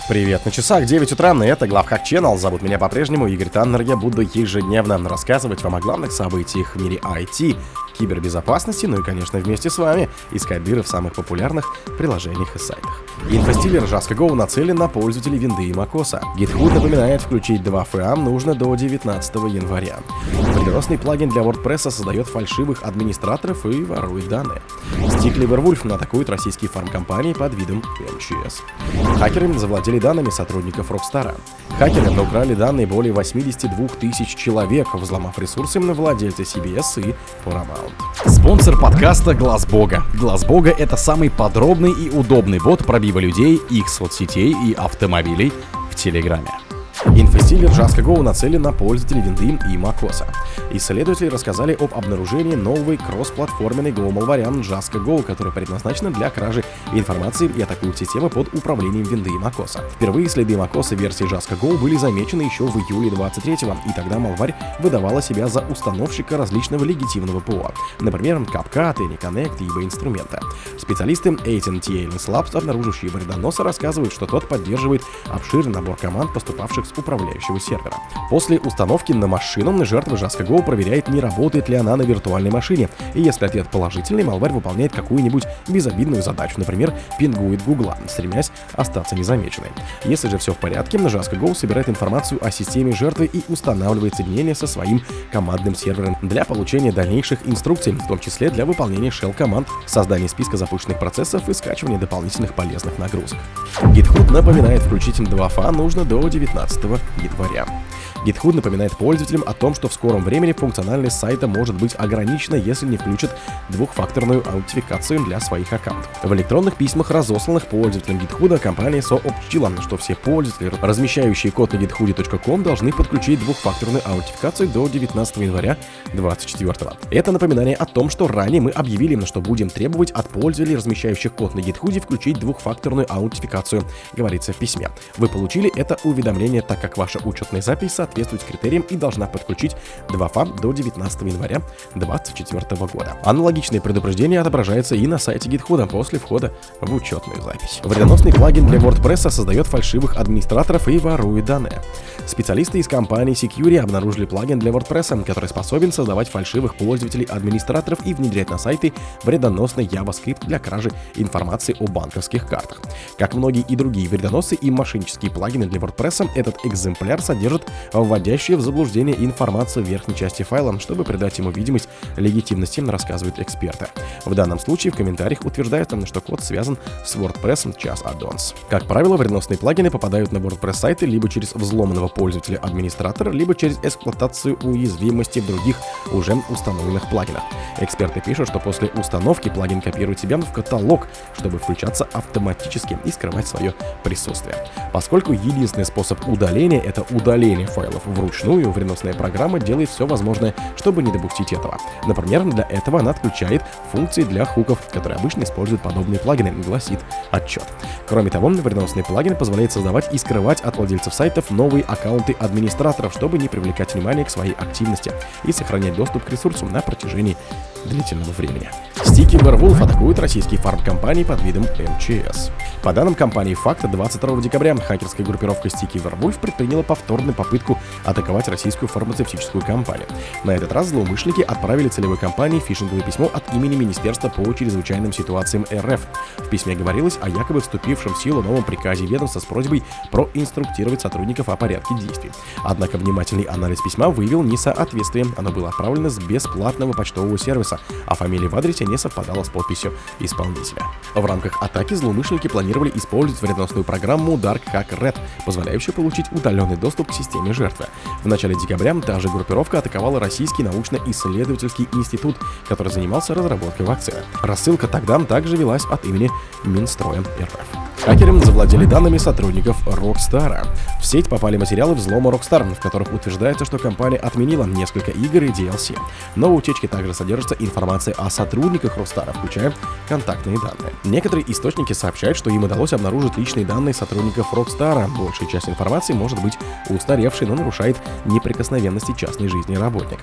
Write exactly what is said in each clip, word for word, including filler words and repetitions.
Привет, на часах девять утра, и это Главхак Channel. Зовут меня по-прежнему Игорь Таннер. Я буду ежедневно рассказывать вам о главных событиях в мире ай ти, кибербезопасности, ну и, конечно, вместе с вами искать дыры в самых популярных приложениях и сайтах. Инфостилер Жаска Go нацелен на пользователей винды и macOS. GitHub напоминает, включить два эф эй нужно до девятнадцатого января. Вредоносный плагин для WordPress создает фальшивых администраторов и ворует данные. Stickly Werewolf атакует российские фармкомпании под видом эм че эс. Хакеры завладели данными сотрудников Rockstar. Хакеры украли данные более восемьдесят два тысяч человек, взломав ресурсы на владельца си би эс и Paramount. Спонсор подкаста Глаз Бога. Глаз Бога — это самый подробный и удобный бот пробива людей, их соцсетей и автомобилей в Телеграме. Инфостилер Жаска Go нацелен на пользователей винды и macOS. Исследователи рассказали об обнаружении новой кроссплатформенной Go-малваря Жаска Go, которая предназначена для кражи информации и атакует системы под управлением винды и macOS. Впервые следы macOS версии Жаска Go были замечены еще в июле двадцать третьего, и тогда малварь выдавала себя за установщика различного легитимного ПО, например, CapCut, AnyConnect и eBay-инструмента. Специалисты эй ти энд ти Alliance Labs, обнаружившие вредоноса, рассказывают, что тот поддерживает обширный набор команд, поступавших с управляющего сервера. После установки на машину жертва Жаска Go проверяет, не работает ли она на виртуальной машине, и если ответ положительный, малварь выполняет какую-нибудь безобидную задачу, например, пингует Гугла, стремясь остаться незамеченной. Если же все в порядке, Жаска Go собирает информацию о системе жертвы и устанавливает соединение со своим командным сервером для получения дальнейших инструкций, в том числе для выполнения shell-команд, создания списка запущенных процессов и скачивания дополнительных полезных нагрузок. GitHub напоминает, включить два эф эй нужно до девятнадцатого января. GitHub напоминает пользователям о том, что в скором времени функциональность сайта может быть ограничена, если не включат двухфакторную аутентификацию для своих аккаунтов. В электронных письмах, разосланных пользователям GitHub, компания сообщила, что все пользователи, размещающие код на гитхуд точка ком, должны подключить двухфакторную аутентификацию до девятнадцатого января двадцать четвёртого. Это напоминание о том, что ранее мы объявили, что будем требовать от пользователей, размещающих код на GitHub, включить двухфакторную аутентификацию, говорится в письме. Вы получили это уведомление, так как ваша учетная запись соответствует критериям и должна подключить два эф эй до девятнадцатого января двадцать четвёртого года. Аналогичные предупреждения отображаются и на сайте GitHub после входа в учетную запись. Вредоносный плагин для WordPress создает фальшивых администраторов и ворует данные. Специалисты из компании Security обнаружили плагин для WordPress, который способен создавать фальшивых пользователей-администраторов и внедрять на сайты вредоносный JavaScript для кражи информации о банковских картах. Как многие и другие вредоносы и мошеннические плагины для WordPress, этот экземпляр содержит вводящие в заблуждение информацию в верхней части файла, чтобы придать ему видимость легитимности, рассказывают эксперты. В данном случае в комментариях утверждается, что код связан с WordPress Just Add-ons. Как правило, вредоносные плагины попадают на WordPress сайты либо через взломанного пользователя-администратора, либо через эксплуатацию уязвимости в других уже установленных плагинах. Эксперты пишут, что после установки плагин копирует себя в каталог, чтобы включаться автоматически и скрывать свое присутствие. Поскольку единственный способ удаления — это удаление файлов вручную, вредоносная программа делает все возможное, чтобы не допустить этого. Например, для этого она отключает функции для хуков, которые обычно используют подобные плагины, гласит отчет. Кроме того, вредоносный плагин позволяет создавать и скрывать от владельцев сайтов новые аккаунты администраторов, чтобы не привлекать внимание к своей активности и сохранять доступ к ресурсу на протяжении длительного времени. Stickly Werewolf атакует российские фармкомпании под видом эм че эс. По данным компании Факт, двадцать второго декабря хакерская группировка Stickly Werewolf предприняла повторную попытку атаковать российскую фармацевтическую компанию. На этот раз злоумышленники отправили целевой компании фишинговое письмо от имени Министерства по чрезвычайным ситуациям эр эф. В письме говорилось о якобы вступившем в силу новом приказе ведомства с просьбой проинструктировать сотрудников о порядке действий. Однако внимательный анализ письма выявил несоответствие. Оно было отправлено с бесплатного почтового сервиса, а фамилия в адресе не совпадала с подписью исполнителя. В рамках атаки злоумышленники планировали использовать вредоносную программу Dark Hack Red, позволяющую получить удаленный доступ к системе жертвы. В начале декабря та же группировка атаковала Российский научно-исследовательский институт, который занимался разработкой вакцины. Рассылка тогда также велась от имени Минстроя эр эф. Хакеры завладели данными сотрудников Rockstar. В сеть попали материалы взлома Rockstar, в которых утверждается, что компания отменила несколько игр и ди эл си. Но в утечке также содержится информация о сотрудниках Rockstar, включая контактные данные. Некоторые источники сообщают, что им удалось обнаружить личные данные сотрудников Rockstar. Большая часть информации может быть устаревшей, но нарушает неприкосновенности частной жизни работников.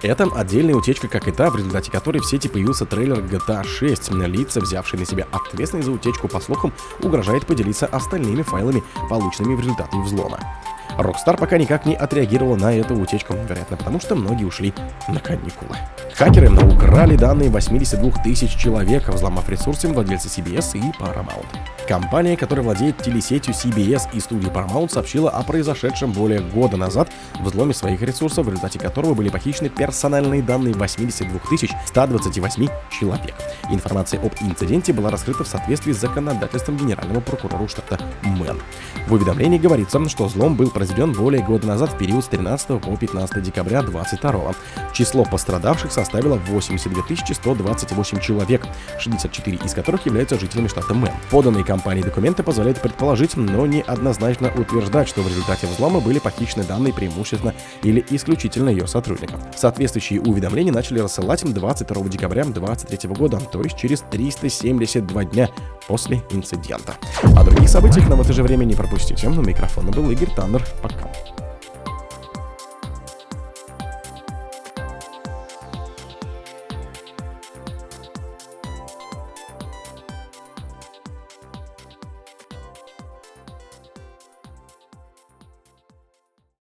Это отдельная утечка, как и та, в результате которой в сети появился трейлер джи ти эй шесть. Лица, взявшие на себя ответственность за утечку, по слухам, угрожает поделиться остальными файлами, полученными в результате взлома. Rockstar пока никак не отреагировал на эту утечку, вероятно, потому что многие ушли на каникулы. Хакеры украли данные восемьдесят двух тысяч человек, взломав ресурсы владельца си би эс и Paramount. Компания, которая владеет телесетью си би эс и студией Paramount, сообщила о произошедшем более года назад взломе своих ресурсов, в результате которого были похищены персональные данные восьмидесяти двух тысяч ста двадцати восьми человек. Информация об инциденте была раскрыта в соответствии с законодательством генерального прокурора штата Мэн. В уведомлении говорится, что взлом был произведен более года назад в период с тринадцатого по пятнадцатое декабря две тысячи двадцать второго. Число пострадавших составило восемьдесят две тысячи сто двадцать восемь человек, шестьдесят четыре из которых являются жителями штата Мэн. Поданные компанией документы позволяют предположить, но не однозначно утверждать, что в результате взлома были похищены данные преимущественно или исключительно ее сотрудников. Соответствующие уведомления начали рассылать двадцать второго декабря две тысячи двадцать третьего года, то есть через триста семьдесят два дня после инцидента. О других событиях нам в это же время не пропустите. У микрофона был Игорь Таннер. Пока.